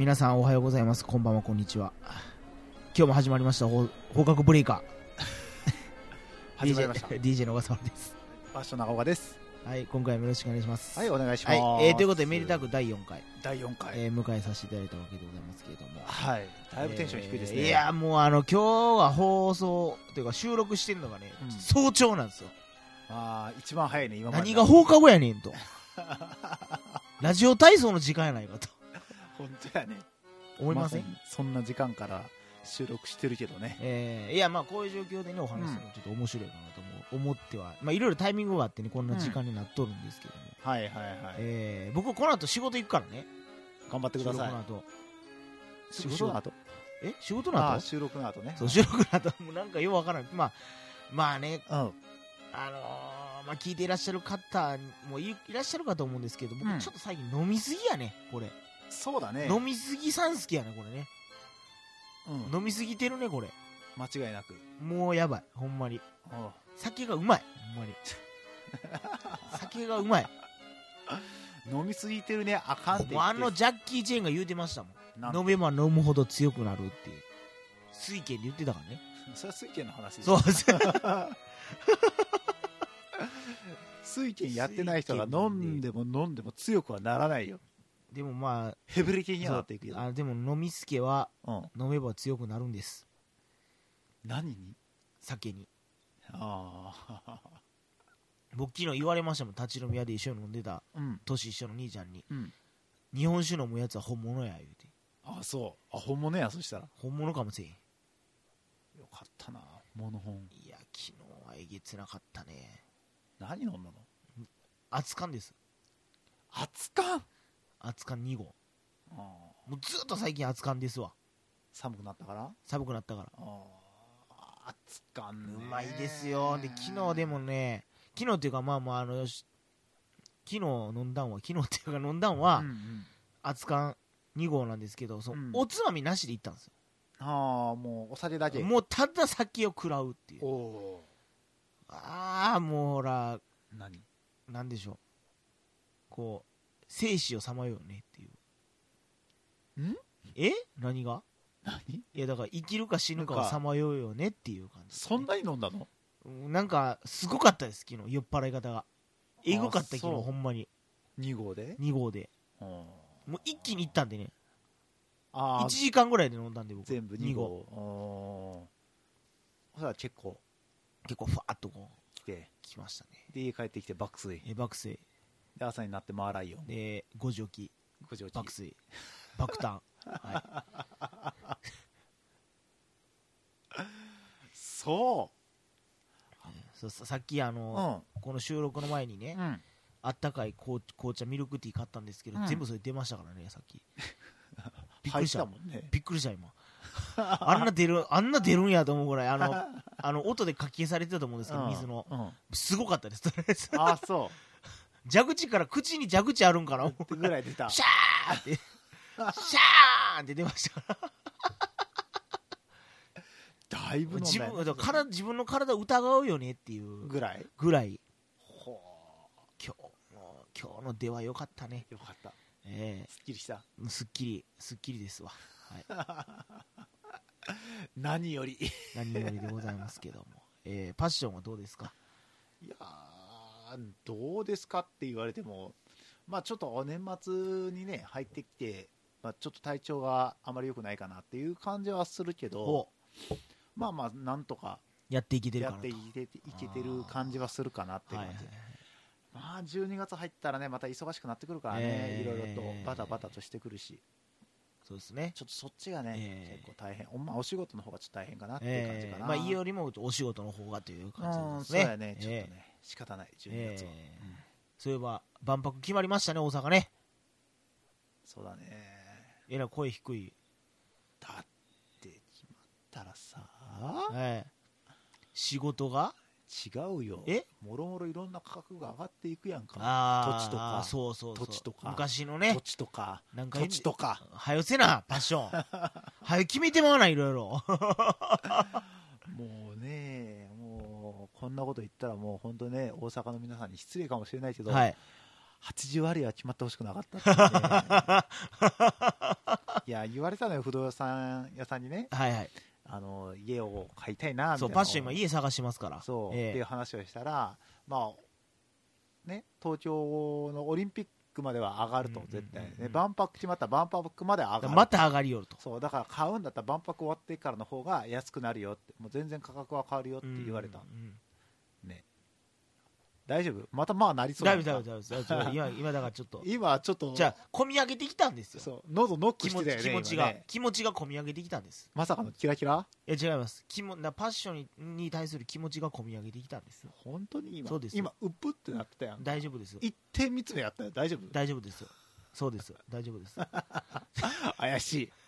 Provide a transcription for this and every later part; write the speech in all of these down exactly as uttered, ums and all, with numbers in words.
皆さんおはようございます。こんばんは、こんにちは。今日も始まりました放課ブレイカー始まりました。 ディージェー の小笠原です。 ファッション長岡です。 はい、今回もよろしくお願いします。 はい、お願いします。 はい、えー、ということでめでたくだいよんかいだいよんかい、 えー、迎えさせていただいたわけでございますけれども、 はい、だいぶテンション低いですね。 えー、いやもうあの今日は放送というか収録してるのがね、うん、早朝なんですよ。 ああ、一番早いね今まで。 何が放課後やねんとラジオ体操の時間やないかと本当やね、 思いません？ ま、そんな時間から収録してるけどね、 えー、いやまあこういう状況でねお話するのちょっと面白いかなと思っては、まあいろいろタイミングがあってねこんな時間になっとるんですけども、 うん、はいはいはい、 えー、僕この後仕事行くからね。 頑張ってください。 この後仕事の後え仕事の後あ収録の後ね。 そう収録の後もうなんかよくわからない。まあまあね、うん、あのー、まあ聞いていらっしゃる方も い, いらっしゃるかと思うんですけど僕ちょっと最近飲みすぎやねこれ。 そうだね、 飲みすぎさん好きやねこれね、うん、飲みすぎてるねこれ間違いなく。 もうやばいほんまに。酒がうまいほんまに酒がうまい飲みすぎてるねあかんって言って。 あのジャッキー・チェーンが言うてましたもん。飲めば飲むほど強くなるっていう水拳で言ってたからね。 それは水拳の話です。 そう水拳やってない人が飲んでも飲んでも強くはならないよ。 でもまあヘブリ系にはなっていくよ。 あでも飲みすけは、うん、飲めば強くなるんです。 何に？ 酒に。 ああ僕昨日言われましたもん。立ち飲み屋で一緒に飲んでた、うん、年一緒の兄ちゃんに、うん、日本酒飲むやつは本物や言うて。 ああそうあ本物や。そしたら本物かもしれん。 よかったなモノ本。 いや昨日はえげつなかったね。 何飲んだの？ 熱燗です。 熱燗熱燗に号。あもうずっと最近熱燗ですわ。 寒くなったから。 寒くなったから。 あ熱燗ねうまいですよ。で昨日でもね昨日っていうかまあまああのよし昨日飲んだんは昨日っていうか飲んだんは、うんうん、熱燗に号なんですけどその、うん、おつまみなしで行ったんですよ。 ああもうお酒だけ。 もうただ酒を食らうっていう。おああもうほら何なんでしょうこう生死をさまようねっていう。 んえ何が何いやだから生きるか死ぬかをさまようよねっていう感じ、ね、 そんなに飲んだの？ なんかすごかったです昨日酔っ払い方がえぐかった。昨日ほんまにに号でに号でもう一気にいったんでね。あいちじかんぐらいで飲んだんで僕全部に号。それは結構結構ファーっとこう来て来ましたね。 で家帰ってきて爆睡。 え爆睡で朝になってマーライオンでごじ起きごじ起き爆睡爆誕はいそう、 そう さ, さっきあの、うん、この収録の前にね、うん、あったかい紅茶ミルクティー買ったんですけど、うん、全部それ出ましたからねさっきびっくりした、 もんね、 びっくりした今あんな出るあんな出るんやと思うぐらいあのあの音でかき消されてたと思うんですけど、うん、水の、うん、すごかったですとりあえず。 あそう蛇口から口に蛇口あるんかなってぐらい出た。 シャーってシャーって出ましただいぶ飲んだよね。 自分体自分の体を疑うよねっていうぐらいぐらいほ今日の今日の出は良かったね。 よかった、 えー、 すっきりした。 すっきりすっきりですわ、はい、 何より何よりでございますけども、えー、パッションはどうですか？ いやどうですかって言われても、まあ、ちょっと年末にね入ってきて、まあ、ちょっと体調があまり良くないかなっていう感じはするけど、まあまあなんとかやっていけてるかなとやっていけてる感じはするかなっていう感じ、はいはいはい、まあじゅうにがつ入ったらねまた忙しくなってくるからね、えー、いろいろとバタバタとしてくるし、 そうですね、 ちょっとそっちがね、えー、結構大変、まあ、お仕事の方がちょっと大変かなっていう感じかな、 えーまあ、家よりもお仕事の方がという感じですね。 うん、そうやね、ちょっとね、えー、仕方ないじゅうにがつは、えーうん、 そういえば万博決まりましたね大阪ね。 そうだね、 えらい声低い。 だって決まったらさ、 えー、仕事が違うよ。 えもろもろいろんな価格が上がっていくやんか。 あ土地とかそうそうそう土地とか昔のね土地とかなんか土地とかはよせなパッションはよ決めてまわないいろいろもうねもうこんなこと言ったらもう本当ね大阪の皆さんに失礼かもしれないけど、 はい、 はちじゅう割は決まってほしくなかったって、ね、 いや言われたのよ不動産屋さんにね、 はいはい、 あの家を買いたいなみたいな。 そうパッション今家探しますから。 そう、 えー、 っていう話をしたら、まあね、東京のオリンピックまでは上がると、絶対、ね、万博決まったら万博まで上がる、 また上がりよると。 そうだから買うんだったら万博終わってからの方が安くなるよって、もう全然価格は変わるよって言われた、うんうんうん、ね、大丈夫、またまあなりそうだ。大丈夫大丈夫大丈夫今今だからちょっと今ちょっとじゃあ込み上げてきたんですよ。 そう喉ノックしてたよね、 気持ちが、 ね、 気持ちが込み上げてきたんです。 まさかのキラキラ。 いや違います、気もなパッション に, に対する気持ちが込み上げてきたんですよ。 本当に今そうです今うっぷってなってたやん。 大丈夫ですよ。 一点三つ目やったよ。大丈夫大丈夫ですよ。そうですよ大丈夫です怪しい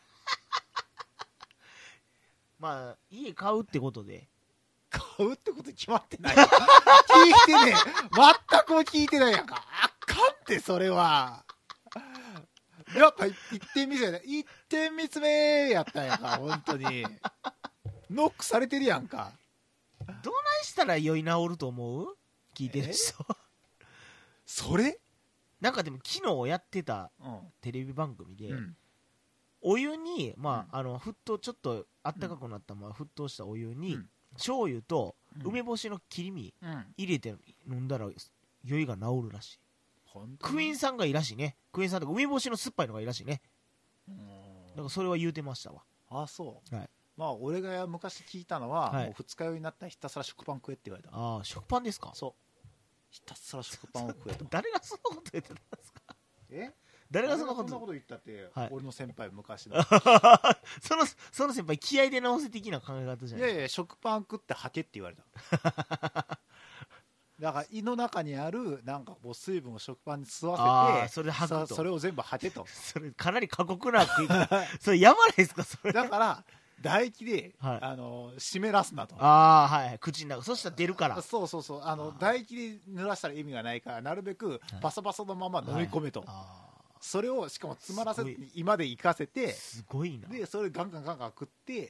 まあ家買うってことで、 買うってこと決まってない聞いてね全く聞いてないやんか。あかんってそれはやっぱ一点三つやね一点三つ目やったんやんか。本当にノックされてるやんか。 どないしたら酔い治ると思う？聞いてる人それなんかでも昨日やってたテレビ番組で、うん、お湯に、まあ、うん、あの沸騰ちょっとあったかくなった、まあ、沸騰したお湯に、うん、醤油と梅干しの切り身入れて飲んだら酔いが治るらしい。クイーンさんがいいらしいね。クイーンさんとか梅干しの酸っぱいのがいいらしいね。だからそれは言うてましたわ。 ああそう、 はい、 まあ俺が昔聞いたのは、 はい、 もう二日酔いになったらひたすら食パン食えって言われた。 ああ食パンですか。 そうひたすら食パンを食えと誰がそんなこと言ってたんですか。 え誰がそんなこと言ったって、はい、俺の先輩昔のそのその先輩気合で直せ的な考え方じゃない。 いやいや食パン食って吐けって言われただから胃の中にあるなんかこう水分を食パンに吸わせて、 それで吐くと、 それを全部吐けとそれかなり過酷な食い方それやばないですかそれ。 だから唾液で、はい、あの湿らすなと。 ああはい、はい、口の中そしたら出るから。 そうそうそう、あの唾液で濡らしたら意味がないからなるべくバサバサのまま飲み込めと、はい、あそれをしかも詰まらせて胃まで行かせて、 すごいな。 でそれガンガンガンガン食って、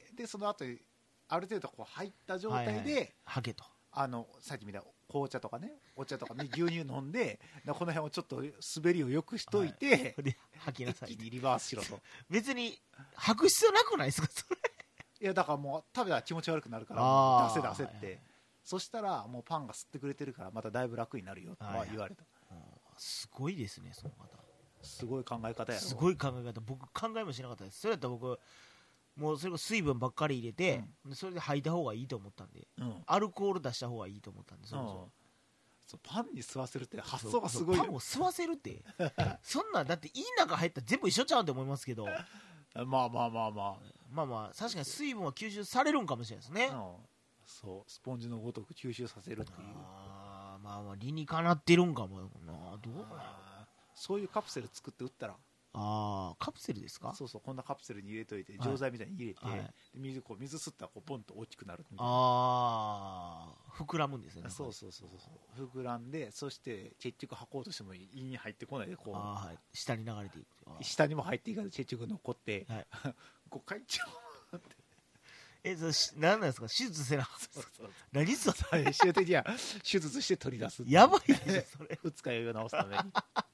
でその後ある程度こう入った状態で、はいはい、 吐けと、 あのさっきみたいな紅茶とかねお茶とかね牛乳飲んでこの辺をちょっと滑りをよくしといて、はい、 で吐きなさい、 一気にリバースしろと。 別に吐く必要なくないですかそれ。 いやだからもう食べたら気持ち悪くなるから出せ出せって、はいはい、そしたらもうパンが吸ってくれてるからまただいぶ楽になるよとは言われた、はいはい、 すごいですねその方。 すごい考え方やろ。 すごい考え方。僕考えもしなかったです。それやったら僕もうそれこそ水分ばっかり入れて、うん、それで吐いた方がいいと思ったんで、うん、アルコール出した方がいいと思ったんで、それこそ、うん、 そうパンに吸わせるって発想がすごいよ。 パンを吸わせるってそんなんだって胃の中入ったら全部一緒ちゃうんって思いますけどまあまあまあまあまあまあ確かに水分は吸収されるんかもしれないですね、うん、 そうスポンジのごとく吸収させるっていう。 あまあまあ理にかなってるんかもな。どうかな。 そういうカプセル作って売ったら。 ああカプセルですか。 そうそうこんなカプセルに入れといて錠剤みたいに入れて、はい、水こう水吸ったらこうポンと大きくなるみたいな。 ああ膨らむんですね。 そうそうそうそう膨らんで、そして結局吐こうとしても胃に入ってこないでこう、 あ、はい、下に流れていく。 下にも入っていかないで結局残って、はい、こう帰っちゃうってえそれ何なんですか手術せな。そうそう何それ。 最終的には手術して取り出す。 やばいでしょそれ。 二日酔いを治すために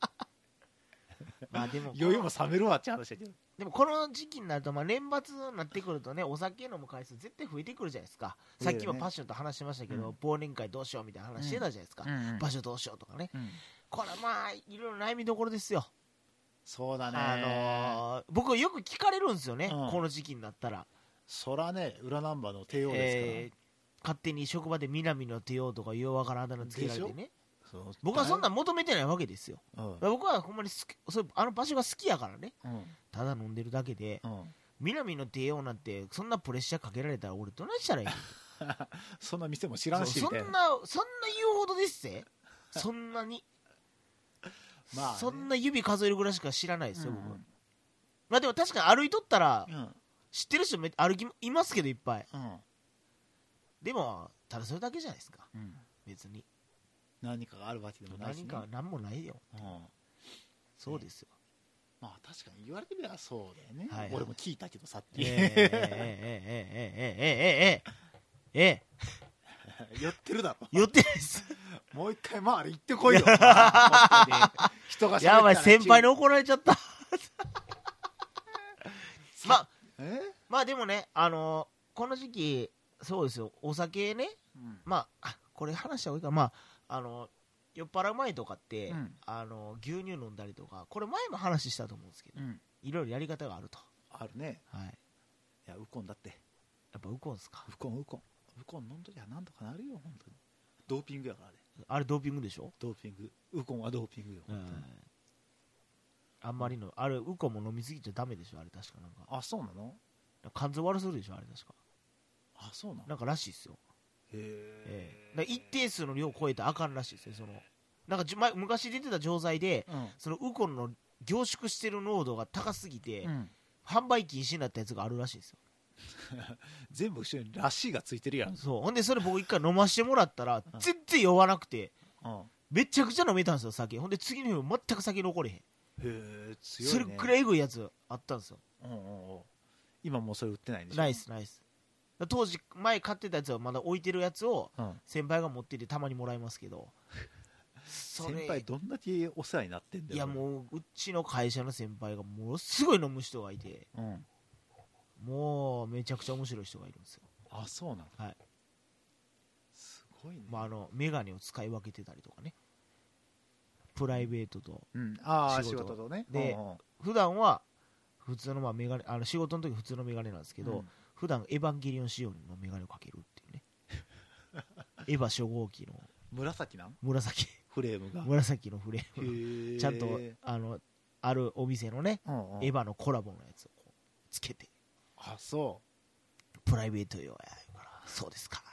まあでも余裕も冷めるわって話だけど、 でもこの時期になると、まあ年末になってくるとね、お酒飲む回数絶対増えてくるじゃないですか。さっきもパッションと話してましたけど、うん、忘年会どうしようみたいな話してたじゃないですか、うんうん、場所どうしようとかね、うん、これまあいろいろ悩みどころですよ。 そうだね、 あのー、僕よく聞かれるんですよね、うん、この時期になったら。 そらね裏ナンバーの帝王ですから、えー、 勝手に職場で南の帝王とかようわからんあだ名つけられてね、僕はそんなん求めてないわけですよ、うん、僕はほんまに好き、そあの場所が好きやからね、うん、ただ飲んでるだけで、うん、南の帝王なんてそんなプレッシャーかけられたら俺どないしたらいいのそんな店も知らんしそんなそんな言うほどですぜそんなにまあ、ね、そんな指数えるぐらいしか知らないですよ、うん、僕。まあでも確かに歩いとったら、うん、知ってる人め歩きいますけどいっぱい、うん、でもただそれだけじゃないですか、うん、別に何かがあるわけでもないし、ね、 何か何もないよ、うん、そうですよ、 まあ確かに言われてみればそうだよね、はいはい、俺も聞いたけどさっきええええええええええええ寄ってるだろ寄ってないですもう一回まああれ行ってこいよ人がやばい先輩に怒られちゃったまあえまあでもね、あのー、この時期そうですよ、お酒ね、うん、まあこれ話した方がいいか、まああの酔っ払う前とかって、うん、あの牛乳飲んだりとか、これ前も話したと思うんですけど、うん、いろいろやり方があると。 あるね。 はい。 いやウコンだって。 やっぱウコンですか。 ウコンウコンウコン飲んどきゃなんとかなるよ本当に。ドーピングやからあれ。 あれドーピングでしょ。 ドーピング。ウコンはドーピングよ。本当に。 あんまりのあれウコンも飲みすぎちゃダメでしょあれ確かなんか。 あそうなの。 肝臓悪するでしょあれ確か。 あそうなの。 なんからしいですよ。 へえー、一定数の量を超えたらあかんらしいですよ。そのなんかじ昔出てた錠剤で、うん、そのウコンの凝縮してる濃度が高すぎて、うん、販売禁止になったやつがあるらしいですよ。 全部後ろにらしいがついてるやん。 そうほんでそれ僕一回飲ましてもらったら、うん、全然酔わなくて、うん、めちゃくちゃ飲めたんですよ酒。ほんで次の日も全く酒残れへん。へえ強いね。 それくらいエグいやつあったんですよ、 うんうんうん、今もうそれ売ってないんでしょ。 ナイスナイス。当時前買ってたやつはまだ置いてるやつを先輩が持っててたまにもらいますけど、 それ先輩どんだけお世話になってんだよ。 いやもううちの会社の先輩がものすごい飲む人がいて、うん、もうめちゃくちゃ面白い人がいるんですよ。 あそうなの。 はい。 すごいね。 まあ、あのメガネを使い分けてたりとかね、プライベートと仕事、うん、 あ仕事とね。 で、うんうん、普段は普通のまあメガネ、あの仕事の時普通のメガネなんですけど、うん、普段エヴァンゲリオン仕様のメガネをかけるっていうねエヴァ初号機の紫なん紫フレームが紫のフレームちゃんとあのあるお店のね、うんうん、エヴァのコラボのやつをこうつけて、 あそうプライベート用やからそうですか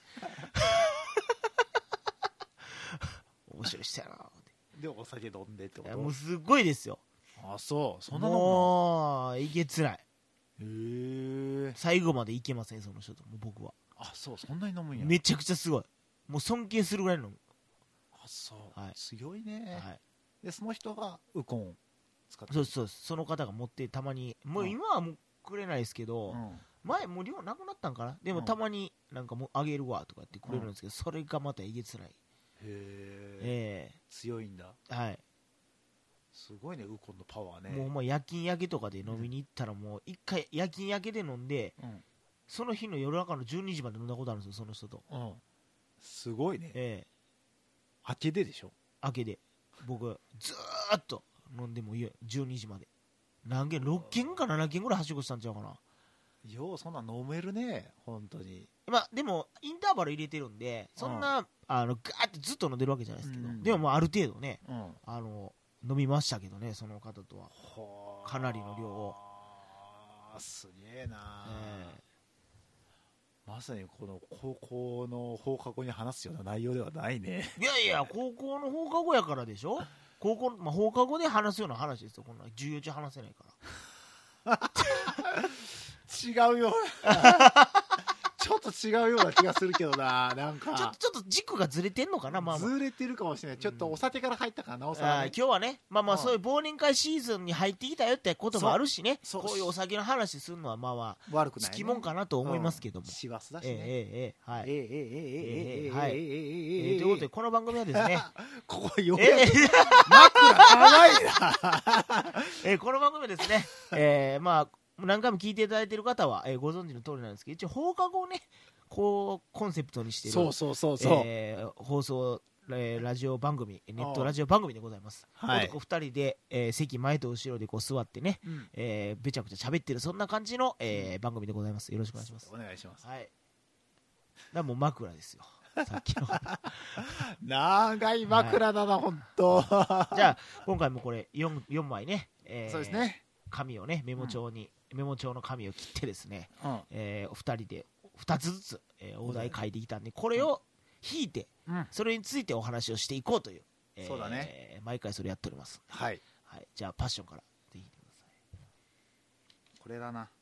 面白い人やなでお酒飲んでってこと。 もうすごいですよ。 あそうそんなのもういけつらい。 へえ。 最後までいけませんその人と。もう僕はあそうそんなに飲むんや。 めちゃくちゃすごい。もう尊敬するぐらい飲む。 あそう、 はい、 強いね、 はい、 でその人がウコンを使ってそうそうその方が持ってたまにもう今はもうくれないですけど、うん、前もう量なくなったんかな。でもたまになんかもうあげるわとかってくれるんですけど、うん、それがまたえげつない。へえ強いんだ。 はいすごいねウコンのパワーね。 もうまあ夜勤明けとかで飲みに行ったらもう一回夜勤明けで飲んで、うん、その日の夜中のじゅうにじまで飲んだことあるんですよその人と、 うん、すごいね。 ええ明けででしょ。 明けで僕ずーっと飲んでもいいよじゅうにじまで何軒ろっけんかななけんぐらいはしごしたんちゃうかな。 ようそんな飲めるね本当に。 まあでもインターバル入れてるんでそんな、うん、あのガーってずっと飲んでるわけじゃないですけど、うん、でもまあある程度ね、うん、あの飲みましたけどねその方とはかなりの量を。 すげえな、えー、まさにこの高校の放課後に話すような内容ではないね。 いやいや高校の放課後やからでしょ。高校、まあ、放課後で話すような話ですよ。こんな授業中話せないから違うよちょっと違うような気がするけどな。なんかちょっとちょっと軸がずれてんのかな。まあまあ、 ずれてるかもしれない。ちょっとお酒から入ったからなおさら、ね、 今日はねまあまあそういう忘年会シーズンに入ってきたよってこともあるしね。こういうお酒の話するのはまあまあ悪くない、ね、 つきもんかなと思いますけども、 師走だしね。 ええええはいええええええええはいええということでこの番組はですねここようやく枕長いなえこの番組はですねえまあ何回も聞いていただいている方は、えー、ご存知の通りなんですけど一応放課後をねこうコンセプトにしているそうそうそうそう、 えー、放送、えー、ラジオ番組ネットラジオ番組でございます、はい、男ふたりで、えー、席前と後ろでこう座ってね、うんえー、べちゃくちゃ喋ってるそんな感じの、えー、番組でございます。よろしくお願いします。 お願いします。 はい、だもう枕ですよさっきの長い枕だな、はい、本当じゃあ今回もこれ 4, 4枚ね、えー、 そうですね紙をねメモ帳に、うん、メモ帳の紙を切ってですね、うんえー、お二人でふたつずつ、えー、お題書いてきたんでこれを引いて、うん、それについてお話をしていこうという、えー、 そうだね毎回それやっております。 はい、 はい、じゃあパッションからぜひ引いてください。 これだな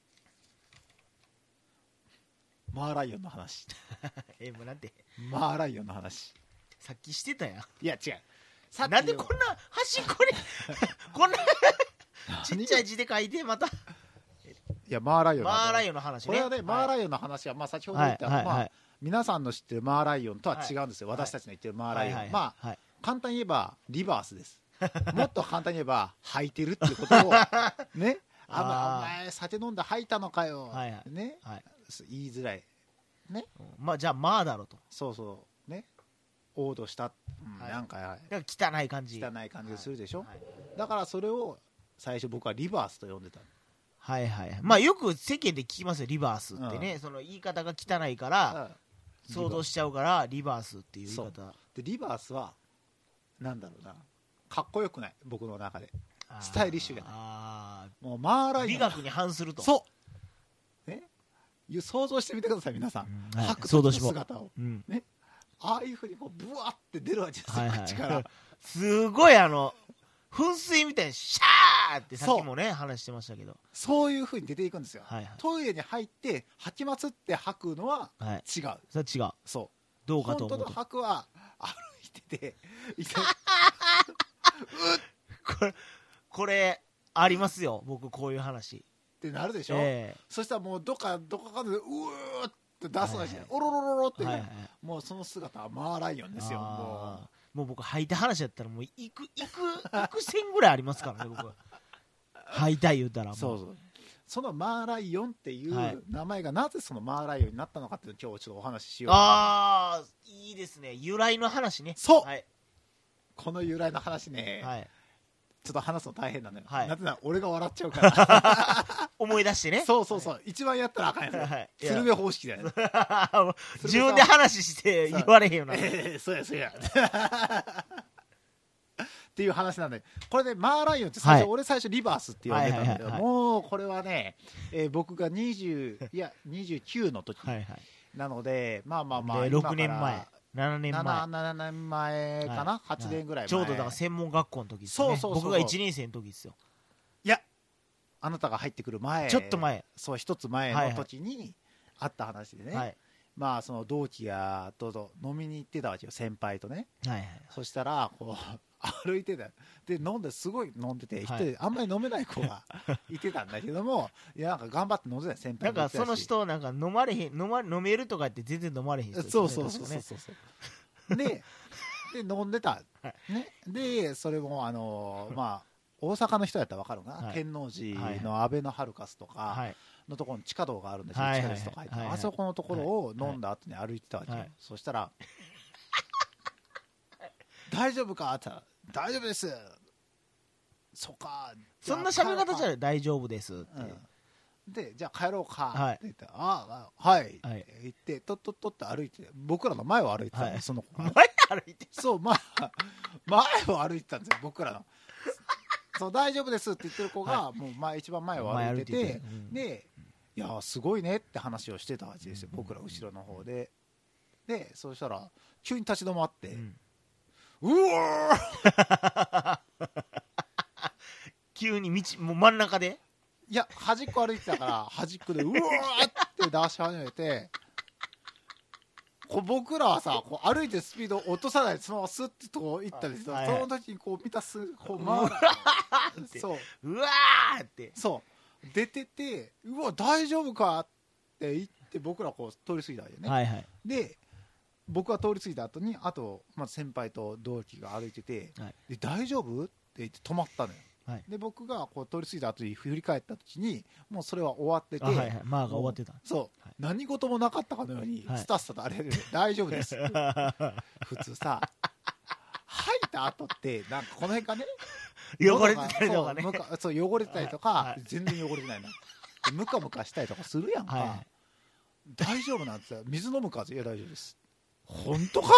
マーライオンの話えもうなんてマーライオンの話さっきしてたやん。 いや違うさなんでこんな端っこにこんなちっちゃい字で書いてまたいやマーライオンのマーライオンの話ね。 これはね、はい、マーライオンの話は、まあ、先ほど言った、はいはいはいまあ、皆さんの知ってるマーライオンとは違うんですよ、はい、私たちの言ってるマーライオン、はいはいはい、まあ、はい、簡単に言えばリバースですもっと簡単に言えば履いてるっていうことをねあお前酒飲んで吐いたのかよ、 はいはいね、 はい、 言いづらいね、 まあじゃあまあだろと、 そうそうね、王土した、うんはい、なんか、はい、 汚い感じ汚い感じがするでしょ、 はいはい、 だからそれを最初僕はリバースと呼んでた。 はいはい、まあよく世間で聞きますよリバースってね、うん、その言い方が汚いから想像しちゃうからリバースっていう言い方で、リバースはなんだろうな、かっこよくない、僕の中でスタイリッシュじゃない、あもうマーライオン美学に反すると、 そうね、想像してみてください皆さん、うん、はい、吐く時の姿を、うんね、ああいうふうにこうブワッて出るわけですよ、はいはい、口からすごいあの噴水みたいにシャーってさっきもね話してましたけど、 そういうふうに出ていくんですよ、はいはい、トイレに入って吐きまつって吐くのは違う、はい、それは違う、 そうどうかと思うと、 本当の吐くは歩いててこれこれありますよ僕こういう話ってなるでしょ、えー、そしたらもうどっかどこかでうーって出すわけ、はいはい、おろろろろって、ねはいはい、もうその姿はマーライオンですよ、もうもう僕吐いた話やったらもう行く行く行く線ぐらいありますからね僕は吐いたい言うたらもうそうそう、そのマーライオンっていう名前がなぜそのマーライオンになったのかっていうのを今日ちょっとお話ししよう。 ああいいですね、由来の話ね。 そう、 はい、 この由来の話ね、はい、ちょっと話すの大変なのよ、はい、なぜなら俺が笑っちゃうから思い出してね、 そうそうそう、はい、一番やったらあかんやつ、はい、鶴瓶方式だよ自分で話して言われへんよな、 えー、そうやそうやっていう話なんで、これでマーライオンって最初、はい、俺最初リバースって呼んでたんだけど、もうこれはね、えー、僕がにじゅういやにじゅうきゅうの時なので、まあまあまあろくねんまえななねんまえ 7, 7年前かな、はい、はちねんぐらい前、 ちょうどだから専門学校の時ですね。そうそうそうそう、僕がいちねん生の時ですよ。 いやあなたが入ってくる前、 ちょっと前、 そう一つ前の時にあった話でね、はいはい、まあその同期がどうぞ飲みに行ってたわけよ、先輩とね、はいはい、そしたらこう歩いてたで、飲んですごい飲んでて、はい、一人あんまり飲めない子がいてたんだけどもいやなんか頑張って飲んでた、先輩なんかその人なんか飲まれへん飲、ま、飲めるとかって全然飲まれへん人ですね。 そうそうそうそうそうそうで, で飲んでた、ね、でそれもあのー、まあ大阪の人やったら分かるかな、はい、天王寺のアベノハルカスとかのところに地下道があるんですよ、はい、地下鉄とか入って、はいはい、あそこのところを飲んだ後に歩いてたわけよ、はい、そしたら大丈夫かって言ったら大丈夫です、そうか、 そんな喋り方じゃない、大丈夫ですって、 うん、でじゃあ帰ろうかって言って、はい、ああはい、はい、言ってとっとっとって歩いて僕らの前を歩いてた、はい、その子前歩いてそう、まあ、前を歩いてたんですよ僕らのそう大丈夫ですって言ってる子が、はい、もう前一番前を歩いてて、てうん、でいやすごいねって話をしてたわけですよ、うん、僕ら後ろの方ででそうしたら急に立ち止まって、うんうわ急に道もう真ん中でいや端っこ歩いてたから端っこでうわーって出し始めてこう僕らはさこう歩いてスピード落とさないでそのままスッてこう行ったりする、はいはい、その時にこう見たすこう回るそううわーってそう出ててうわ大丈夫かって言って僕らこう通り過ぎたわけね、はいはい、で僕が通り過ぎた後にあと、まあ、先輩と同期が歩いてて、はい、で大丈夫って言って止まったのよ、はい、で僕がこう通り過ぎた後に振り返った時にもうそれは終わってて、はいはい、 マーが終わってたそう、はい、何事もなかったかのように、はい、スタッスタとあれ大丈夫です普通さ吐いた後ってなんかこの辺がね汚れてたりとかねそう、そう汚れてたりとか、はい、全然汚れてないなムカムカしたりとかするやんか、はい、大丈夫なんて水飲むかいや大丈夫です本当か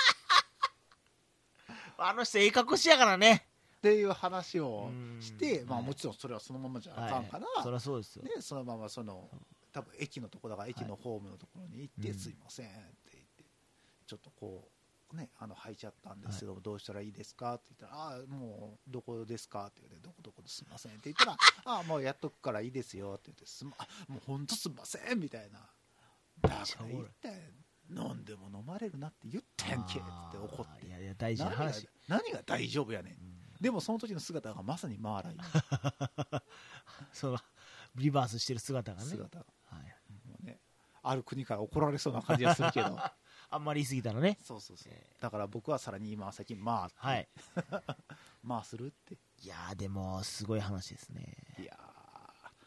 あの人ええ格好しやからねっていう話をして、まあ、もちろんそれはそのままじゃあかんから、はい、 そりゃそうですよ、 ね、そのままその多分駅のところだから駅のホームのところに行って、はい、すいませんって言ってちょっとこうねあの履いちゃったんですけど、はい、どうしたらいいですかって言ったらああもうどこですかって言ってどこどこですいませんって言ったらああもうやっとくからいいですよって言ってす、ま、もう本当すいませんみたいなだから言ったよ飲んでも飲まれるなって言ったやんけって怒っていやいや大事な話何が、何が大丈夫やねん、うん、でもその時の姿がまさにマーライオンそのリバースしてる姿がね姿、はいもうね、ある国から怒られそうな感じがするけどあんまり言い過ぎたらねそうそうそう、えー、だから僕はさらに今最近まあはい、 まあするっていやでもすごい話ですねいや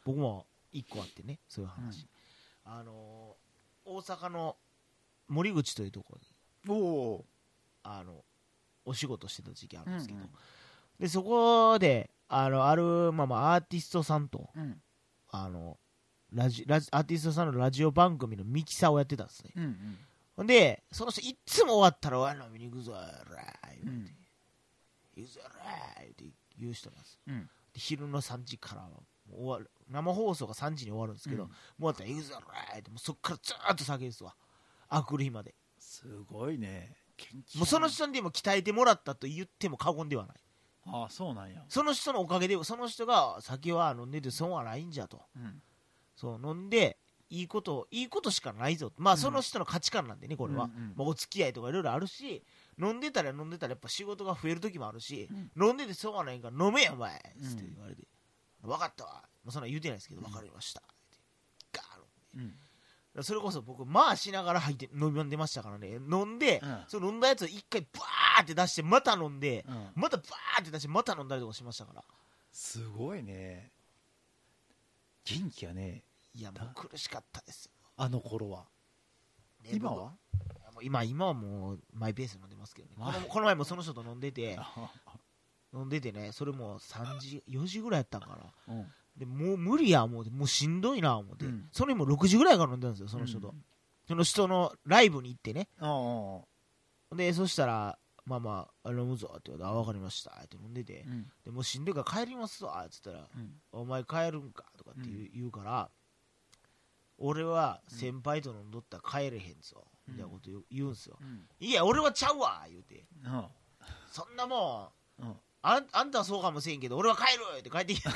僕もいっこあってね、そういう話、うん、あの大阪の森口というところにおあのお仕事してた時期あるんですけど、うんうん、でそこであのある、まあ、まあアーティストさんと、うん、あのラジラジアーティストさんのラジオ番組のミキサーをやってたんですね、うんうん、でその人いつも終わったら「おい飲みに行くぞーらー」言うて「行くぞーらー」って言う人なんです、うん、で昼のさんじから終わる生放送がさんじに終わるんですけど、うん、もう終わったら「行くぞーらー」ってもうそっからずーっと叫ぶんですわ、あくる日まで。 すごいね。 もうその人にでも鍛えてもらったと言っても過言ではない。 ああ、そうなんや。 その人のおかげでその人が酒は飲んでて損はないんじゃと、うん、そう飲んでいいこといいことしかないぞ、まあその人の価値観なんでねこれは、うんうんまあ、お付き合いとかいろいろあるし、飲んでたら飲んでたらやっぱ仕事が増える時もあるし、うん、飲んでて損はないから飲めやお前って言われて、うん、分かったわ、まあ、そんな言うてないですけど、うん、分かりましたってガーン、うん、それこそ僕まあしながら入って飲んでましたからね。飲んで、うん、その飲んだやつを一回バーって出してまた飲んで、うん、またバーって出してまた飲んだりとかしましたから。すごいね、元気やね。 いやもう苦しかったですよあの頃は、ね、今は今今はもうマイペースで飲んでますけどね、この、この前もその人と飲んでて飲んでてね、それもさんじよじぐらいやったんかな、うん、でもう無理や思うて、もうしんどいな思うて、うん、その日もろくじぐらいから飲んでたんですよその人と、うん、その人のライブに行ってね、うん、でそしたらまあまあ飲むぞって言われて、あ分かりましたって飲んでて、うん、でもうしんどいから帰りますわって言ったら、うん、お前帰るんかとかって言う、言うから、俺は先輩と飲んどったら帰れへんぞ、うん、みたいなこと言うんすよ、うん、いや俺はちゃうわ言うて、うん、そんなもん、うん、あ, あんたはそうかもしれんけど俺は帰るって帰ってきて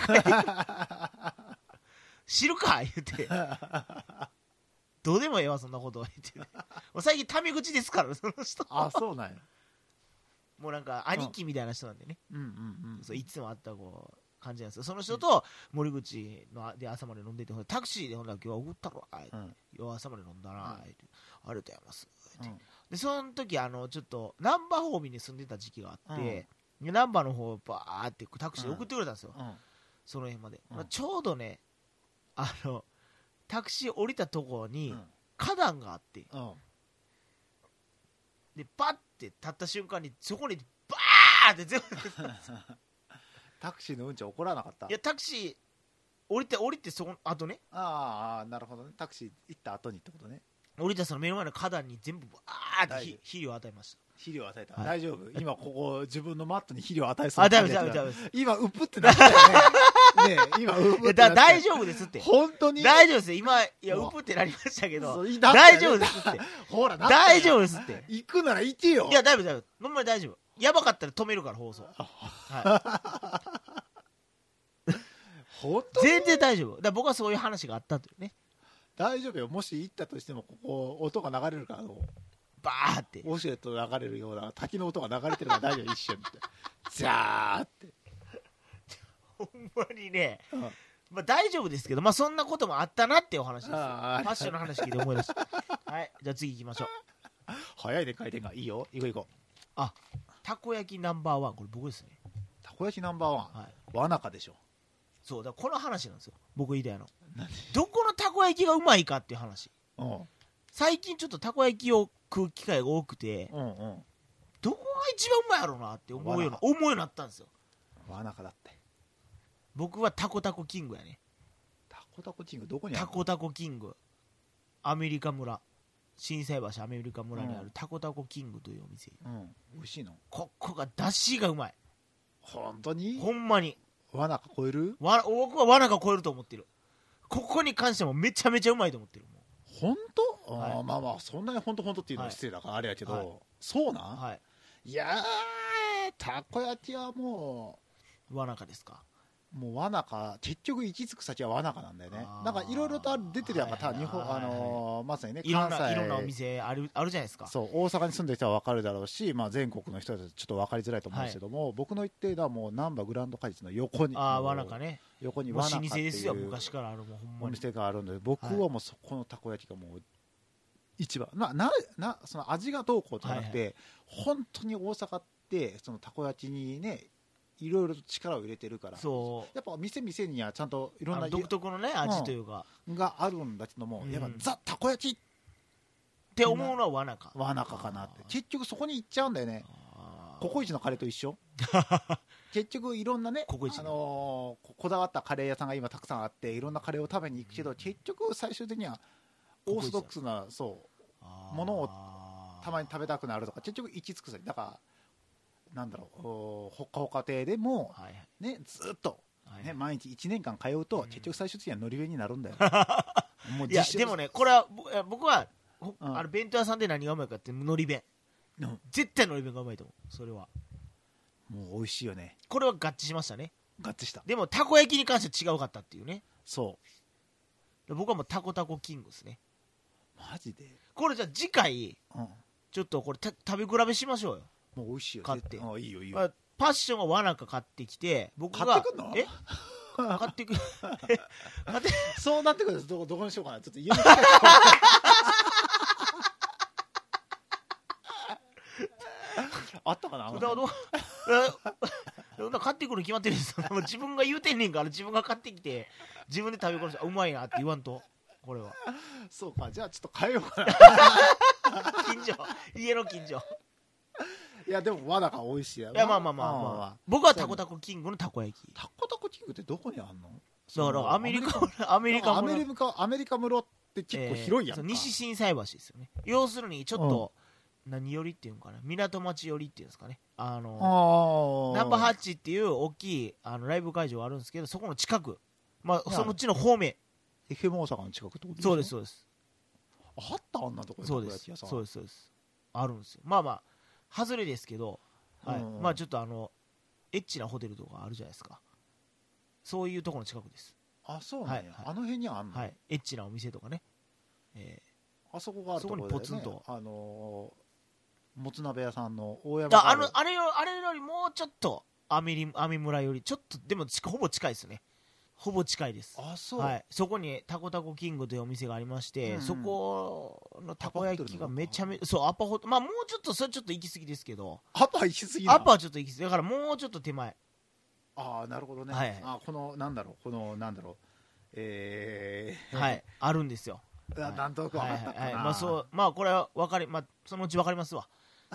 知るか言うてどうでもええわそんなこと言って、ね、もう最近タメ口ですからその人。 あそうなんや。 もうなんか兄貴みたいな人なんでね、うんうんうんうん、そういつもあったこう感じなんですよ。その人と森口ので朝まで飲んでて、タクシーでほんだら今日は送ったろあい、うん、朝まで飲んだな、うん、ありがとうございます、うん、でその時あのちょっと難波方面に住んでた時期があって、うん、難波の方バーってタクシーで送ってくれたんですよ、うん、その辺まで、うんまあ、ちょうどねあのタクシー降りたところに花壇があって、うん、でバッて立った瞬間にそこにバーって全部タクシーのうんちは怒らなかった？ いやタクシー降りて降りてそこの後ね、 ああなるほどね、タクシー行った後にってことね。 降りたその目の前の花壇に全部バーって肥料を与えました。 肥料を与えた、はい、大丈夫？今ここ自分のマットに肥料を与えそうな感じだった。 今うぷってなったよね。ねえ今うぷってなった。 大丈夫ですって。 本当に大丈夫です。今いやうぷってなりましたけど大丈夫ですって。 ほら大丈夫ですって。 行くなら行けよ。 いや大丈夫大丈夫。ほんまに大丈夫。やばかったら止めるから放送。はい。 本当に全然大丈夫。だから僕はそういう話があったというね。 大丈夫よ。もし行ったとしてもここ音が流れるからバーってウォシュレット流れるような滝の音が流れてるから大丈夫一瞬ってザーってほんまにね、うん、まあ大丈夫ですけど、まあそんなこともあったなっていうお話ですよ。ファッションの話聞いて思い出したはいじゃあ次行きましょう。 早いね回転が。いいよ行こう行こう。 あたこ焼きナンバーワン、これ僕ですね。 たこ焼きナンバーワン、はい、わなかでしょ。 そうだこの話なんですよ僕言いたいの。どこのたこ焼きがうまいかっていう話。うん、最近ちょっとたこ焼きを食う機会が多くて、うんうん、どこが一番うまいやろうなって思うような思うようになったんですよ。 わなかだって。 僕はタコタコキングやね。 タコタコキングどこにあるの？ タコタコキングアメリカ村、心斎橋アメリカ村にあるタコタコキングというお店、 うん、美味しいの？ ここが出汁がうまい。 本当に？ ほんまにわなか超える？ わ僕はわなか超えると思ってる。ここに関してもめちゃめちゃうまいと思ってる。もう本当？はい、あまあまあそんなに本当本当っていうのは失礼だからあれやけど、はい、そうなん？はい。いやーたこ焼きはもうわなかですか？ もうわなか結局行き着く先はわなかなんだよね。なんかいろいろと出てるやんか、はいはいはいはい、日本あのー、まさにね関西いろんなお店あるあるじゃないですか。 そう大阪に住んでる人は分かるだろうし、まあ、全国の人はちょっと分かりづらいと思うんですけども、はい、僕の言ってるのはもう難波グランド花月の横にあわなかね横にわなかっていう老舗ですよ昔からあるもうほんまにお店があるので僕はもうそこのたこ焼きがもう一番、まあ、ななその味がどうこうじゃなくて、はいはい、本当に大阪ってそのたこ焼きにねいろいろと力を入れてるから、 そうやっぱ店店にはちゃんといろんな独特のね味というか、 うん、があるんだけども、 うん、 やっぱザ・たこ焼きって思うのはわなかわなかかなって、結局そこに行っちゃうんだよね。ココイチのカレーと一緒結局いろんなね、あのー、こだわったカレー屋さんが今たくさんあっていろんなカレーを食べに行くけど、うん、結局最終的にはオーソドックスなそうものをたまに食べたくなるとか結局行き着くだからなんだろうほっかほか亭でも、はいね、ずっと、ねはい、毎日いちねんかん通うと、うん、結局最終的には乗り上になるんだよもういやでもねこれは僕は、うん、あの弁当屋さんで何がうまいかってのり弁、うん、絶対のり弁がうまいと思う。それはもう美味しいよね。 これは合致しましたね。 合致した。 でもたこ焼きに関しては違うかったっていうね。 そう僕はもうタコタコキングですね。 マジでこれじゃあ次回、うん、ちょっとこれた食べ比べしましょうよ。 もう美味しいよ買ってあいいよいいよ、 まあ、パッションはわなか買ってきて僕が買ってくんのえ買ってく買ってそうなってくると ど, どこにしようかな。ちょっと家に帰ってあったかな。 だど買ってくるに決まってるんですよ。自分が言うてんねんから自分が買ってきて自分で食べ殺してうまいなって言わんと。これはそうか。じゃあちょっと変えようかな近所家の近所いやでもわなか美味しいやろ。 いやまあまあまあ、まあまあ、僕はタコタコキングのたこ焼き。 タコタコキングってどこにあんの。 だからアメリカアメリカアメリカアメリカ室って結構広いやんか、 えー、西心斎橋ですよね。要するにちょっと、うん、何寄りっていうのかな、港町寄りっていうんですかね。あのナンバーハッチっていう大きいあのライブ会場があるんですけど、そこの近く、まあそのうちの方面。 エフエム 大阪の近くってことですか。 そうですそうです。 あったあんなところ。 そうですそうですそうです。あるんですよ。まあまあ外れですけど、はい、まあちょっとあのエッチなホテルとかあるじゃないですか。そういうところの近くです。 あ、そうなんや、はいはい、あの辺にはあんの、 はい、エッチなお店とかね、えー、あそこがあるところで、ね、 そこにポツンと、 あのー、もつ鍋屋さんの大山がある。あれよあれよりもうちょっとアメリアメ村よりちょっとでもほぼ近いですね。ほぼ近いです。 あ、そう、 はい、そこにタコタコキングというお店がありまして、うん、そこのたこ焼きがめちゃめちゃそうアパホまあもうちょっとそれちょっと行き過ぎですけど、 アパ行き過ぎな。 アパはちょっと行き過ぎだからもうちょっと手前。 ああなるほどね、 はい、 あこのなんだろうこのなんだろうえー、 はいあるんですよ。 はい、なんとなく分かったかな、はいはいはい、 まあそうまあこれは分かり、まあ、そのうち分かりますわ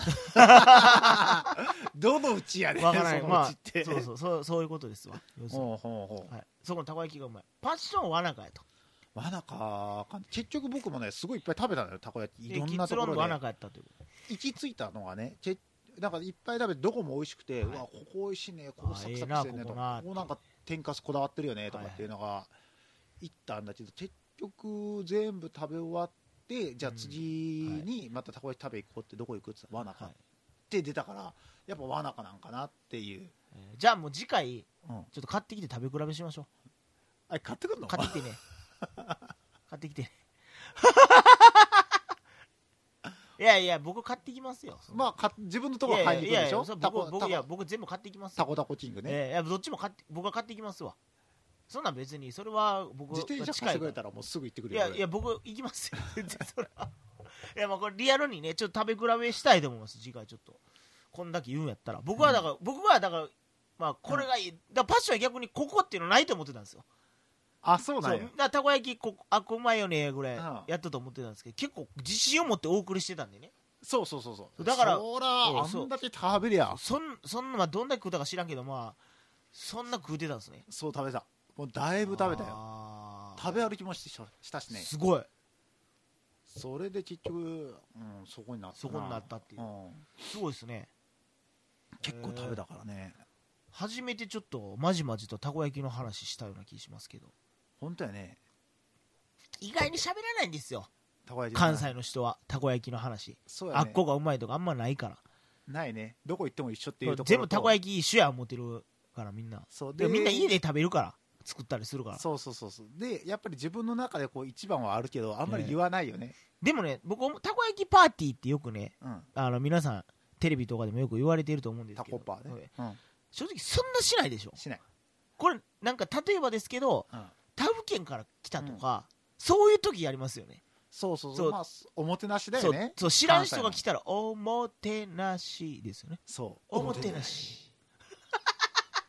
どのうちやねん分からないそのうちって、 まあ、そうそうそうそういうことですわ。ほうほうほう、はい、そこのたこ焼きがうまい。パッションはわなかやと。 わなか結局僕もねすごいいっぱい食べたのよたこ焼き。いろんなところでわなかやったという行き着いたのがねなんかいっぱい食べてどこも美味しくて、はい、うわここ美味しいねここサクサクしてるねとか、ここなんか天かすこだわってるよねとかっていうのがいったんだけど、結局全部食べ終わってじゃあ次にまたたこ焼き食べ行こうってどこ行くって言ったらわなかって出たから、やっぱわなかなんかなっていう、 えー、じゃあもう次回、うん、ちょっと買ってきて食べ比べしましょう。 あれ買ってくるの。 買ってきてね買ってきてねいやいや僕買ってきますよ。 まあか自分のところ入ってくるでしょ。いやいや僕僕いや僕全部買ってきます。 タコタコキングね。 えー、いやどっちも買って僕は買ってきますわ。そんなん別にそれは僕自転車貸してくれたらもうすぐ行ってくれる。 いやいや僕行きますよ全然それは。いやまあこれリアルにねちょっと食べ比べしたいと思います。次回ちょっとこんだけ言うんやったら僕はだから、うん、僕はだからまあこれがいい、うん、だからパッションは逆にここっていうのないと思ってたんですよ。 あ、そうなんや。そうだたこ焼きこあこうまいよねぐらいやったと思ってたんですけど、結構自信を持ってお送りしてたんでね。 そうそうそうそうだからそらあんだけ食べりゃそんそんな、まあ、どんだけ食うたか知らんけどまあそんな食うてたんですね。 そう食べた。もうだいぶ食べたよ。食べ歩きもしたしね。 すごい。 それで結局、うん、そこになったな。 そこになったっていう、うん、すごいですね。 結構食べたからね。 初めてちょっとまじまじとたこ焼きの話したような気しますけど。 本当やね。 意外に喋らないんですよたこ焼き関西の人は。たこ焼きの話そうや、ね、あっこがうまいとかあんまないから。 ないね。どこ行っても一緒っていうところと全部たこ焼き一緒や思ってるからみんな。そうでみんな家で食べるから作ったりするから。 そうそうそうそうでやっぱり自分の中でこう一番はあるけどあんまり言わないよね、 えー、でもね僕たこ焼きパーティーってよくね、うん、あの皆さんテレビとかでもよく言われていると思うんですけど、 タコパーね、うん、 正直そんなしないでしょ。 しない。 これなんか例えばですけど、うん、他府県から来たとか、うん、そういう時やりますよね。 そうそうそう、まあ、おもてなしだよね。 そうそう知らん人が来たらおもてなしですよね。 そうおもてなし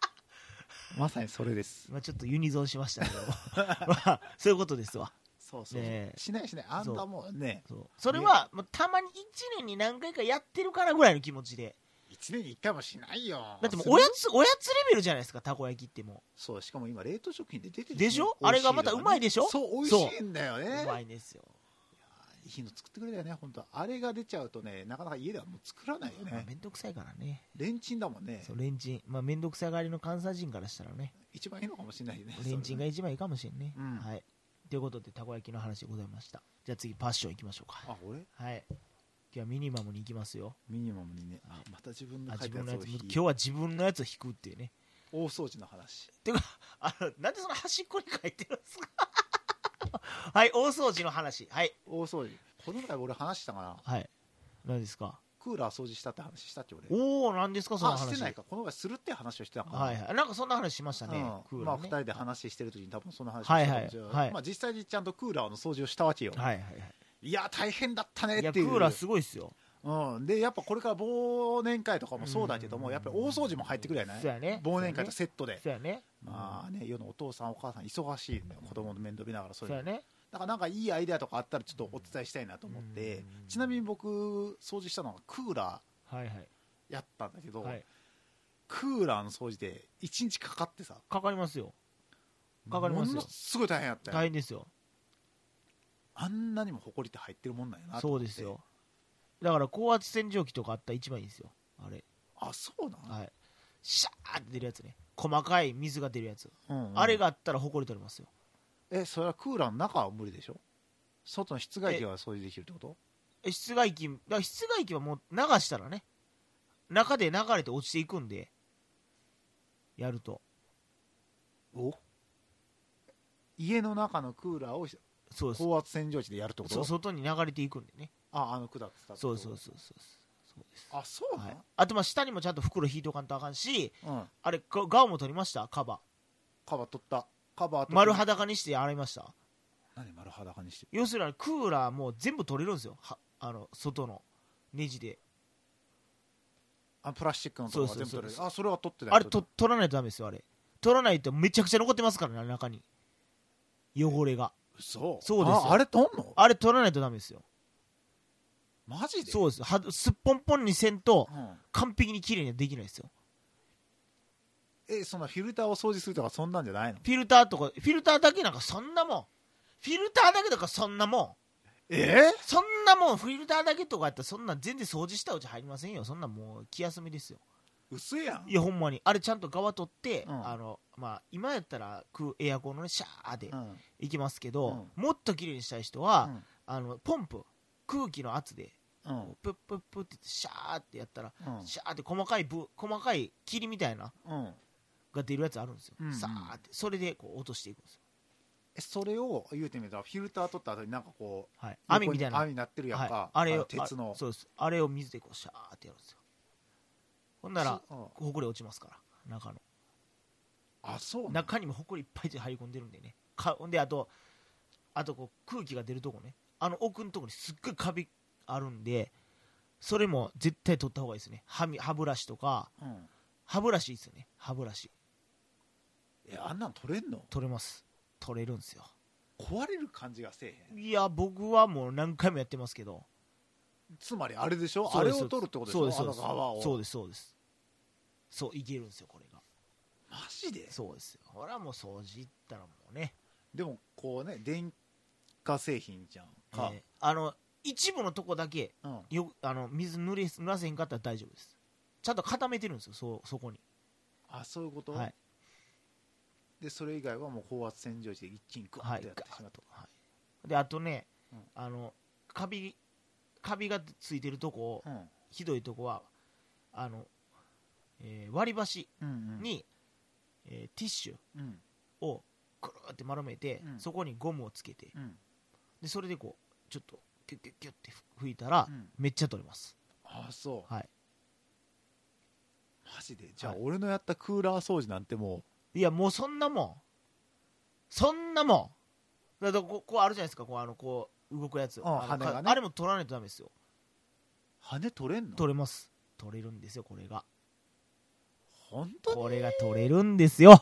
まさにそれです。 まあちょっとユニゾンしましたけどまあそういうことですわ。 そうそう、 ね、 しないしない、あんたもね、 そうそうそれは、ね、たまにいちねんに何回かやってるからぐらいの気持ちで。 いちねんにいっかいもしないよ。 だってもうおやつおやつレベルじゃないですか、たこ焼きって。もそう、しかも今冷凍食品で出てる、ね、 でしょ。あれがまたうまいでしょ。 そう、美味しいんだよね。 うまいですよ。 いいの作ってくれたよね、本当。あれが出ちゃうとね、なかなか家ではもう作らないよね。 まあ、めんどくさいからね。 レンチンだもんね。 そうレンチン、まあ、めんどくさがりの関西人からしたらね、 一番いいのかもしれないね。 レンチンが一番いいかもしれんね、 うん、 はい。ということでたこ焼きの話でございました。じゃあ次パッションいきましょうか。 あ、俺？ はい。今日はミニマムに行きますよ。 ミニマムにね。あ、また自分の書いたやつを引く。 今日は自分のやつを引くっていうね。 大掃除の話。 てかあのなんでその端っこに書いてるんですかはい、大掃除の話。はい。 大掃除。この前俺話したかな。 はい。何ですか。 クーラー掃除したって話したっけ俺。 おお、何ですかその話。 あ、してないか。この前するって話をしてたかな。 はいはい。なんかそんな話しましたね。 うん、 クーラーね。 まあ二人で話してる時に多分その話をしたかもしれない。はいはいはい、まあ実際にちゃんとクーラーの掃除をしたわけよ。 はいはいはい。 いや大変だったねっていう。 いやクーラーすごいっすよ。 うん、でやっぱこれから忘年会とかもそうだけども、やっぱり大掃除も入ってくるやない。 そうやね。 忘年会とセットで。 そうやね。 まあね、世のお父さんお母さん忙しいんだよ、子供の面倒見ながら。そういう。 そうやね。 だからなんかいいアイデアとかあったらちょっとお伝えしたいなと思って、ちなみに僕掃除したのがクーラーやったんだけど、はいはい、クーラーの掃除でいちにちかかってさ。 かかりますよ。かかりますよ。 ものすごい大変やったよ。 大変ですよ。 あんなにもホコリって入ってるもんなんやなと思って。そうですよ。 だから高圧洗浄機とかあったら一番いいですよ、あれ。 あ、そうなの。 はい。シャーって出るやつね、細かい水が出るやつ、うんうん、あれがあったらホコリ取れますよ。 え、それはクーラーの中は無理でしょ。外の室外機は掃除できるってこと。 え、室外機、だから室外機はもう流したらね、中で流れて落ちていくんで、やると。 お、家の中のクーラーをそうです、高圧洗浄機でやるってこと。そう、 外に流れていくんでね。 あ、あの管ってた。 そうそうそうそうそうです。 あ、そうなの、はい、 あとまあ下にもちゃんと袋引いとかんとあかんし、 うん、 あれガオも取りました。カバカバ取った。カバ丸裸にして洗いました。 何丸裸にして。 要するにクーラーも全部取れるんですよ、はあの外のネジで。 あ、プラスチックのところが全部取れる。あ、それは取ってない。 あれと取らないとダメですよ。あれ取らないとめちゃくちゃ残ってますからね、中に汚れが。 そうそうですよ。 あ、あれ取んの。 あれ取らないとダメですよ。 マジで。 そうです。はすっぽんぽんにせんと、うん、完璧にきれいにはできないですよ。 え、そんなフィルターを掃除するとかそんなんじゃないの。 フィルターとかフィルターだけなんかそんなもん、フィルターだけとかそんなもん、 えー、 そんなもんフィルターだけとかやったらそんな全然掃除したうち入りませんよ。そんなもう気休めですよ。 薄いやん。 いやほんまにあれちゃんと側取って、うん、あのまあ、今やったらエアコンのねシャーでいきますけど、うん、もっときれいにしたい人は、うん、あのポンプ空気の圧で、うん、プップップッってシャーってやったら、うん、シャーって細かいぶ細かい霧みたいな、うん、が出るやつあるんですよ、うんうん、さーってそれでこう落としていくんですよ。 え、それを言うてみたらフィルター取った後になんかこう、 はい、網みたいな網になってるやんか、はい、 あれを鉄の。 そうです。あれを水でこうシャーってやるんですよ。ほんならほこり落ちますから中の。 あ、そう。 中にもほこりいっぱいで入り込んでるんでね。かほんであとあとこう空気が出るとこね、あの奥のとこにすっごいカビあるんで、それも絶対取った方がいいですね。歯み歯ブラシとか、うん、歯ブラシいいですよね。歯ブラシ。 え、あんなん取れんの。 取れます。取れるんですよ。 壊れる感じがせえへん。 いや僕はもう何回もやってますけど。 つまりあれでしょ、あれを取るってことでしょ。そうですそうです、 あの側を。そうですそうです。そういけるんですよこれが。 マジで。 そうですよ。ほらもう掃除いったらもうね。 でもこうね、電化製品じゃんか、 えー、あの一部のとこだけ、うん、よあの水濡れ濡らせへんかったら大丈夫です。ちゃんと固めてるんですよ、 そ, そこに。 あ、そういうこと。 はい。 でそれ以外はもう高圧洗浄機で一気にグッとやってしまうと、 はい、であとね、うん、あのカビカビがついてるとこ、うん、ひどいとこはあの、えー、割り箸に、うんうんえー、ティッシュをくるって丸めて、うん、そこにゴムをつけて、うん、でそれでこうちょっとキュッキュッキュッって拭いたら、うん、めっちゃ取れます。 ああそう。 はい。 マジで。じゃあ、はい、俺のやったクーラー掃除なんてもういやもうそんなもんそんなもんだからこう、こうあるじゃないですか、こうあのこう動くやつ、 あ, あ, 羽が、ね、 あれも取らないとダメですよ。 羽取れんの。 取れます。取れるんですよこれが。 本当に。 これが取れるんですよ。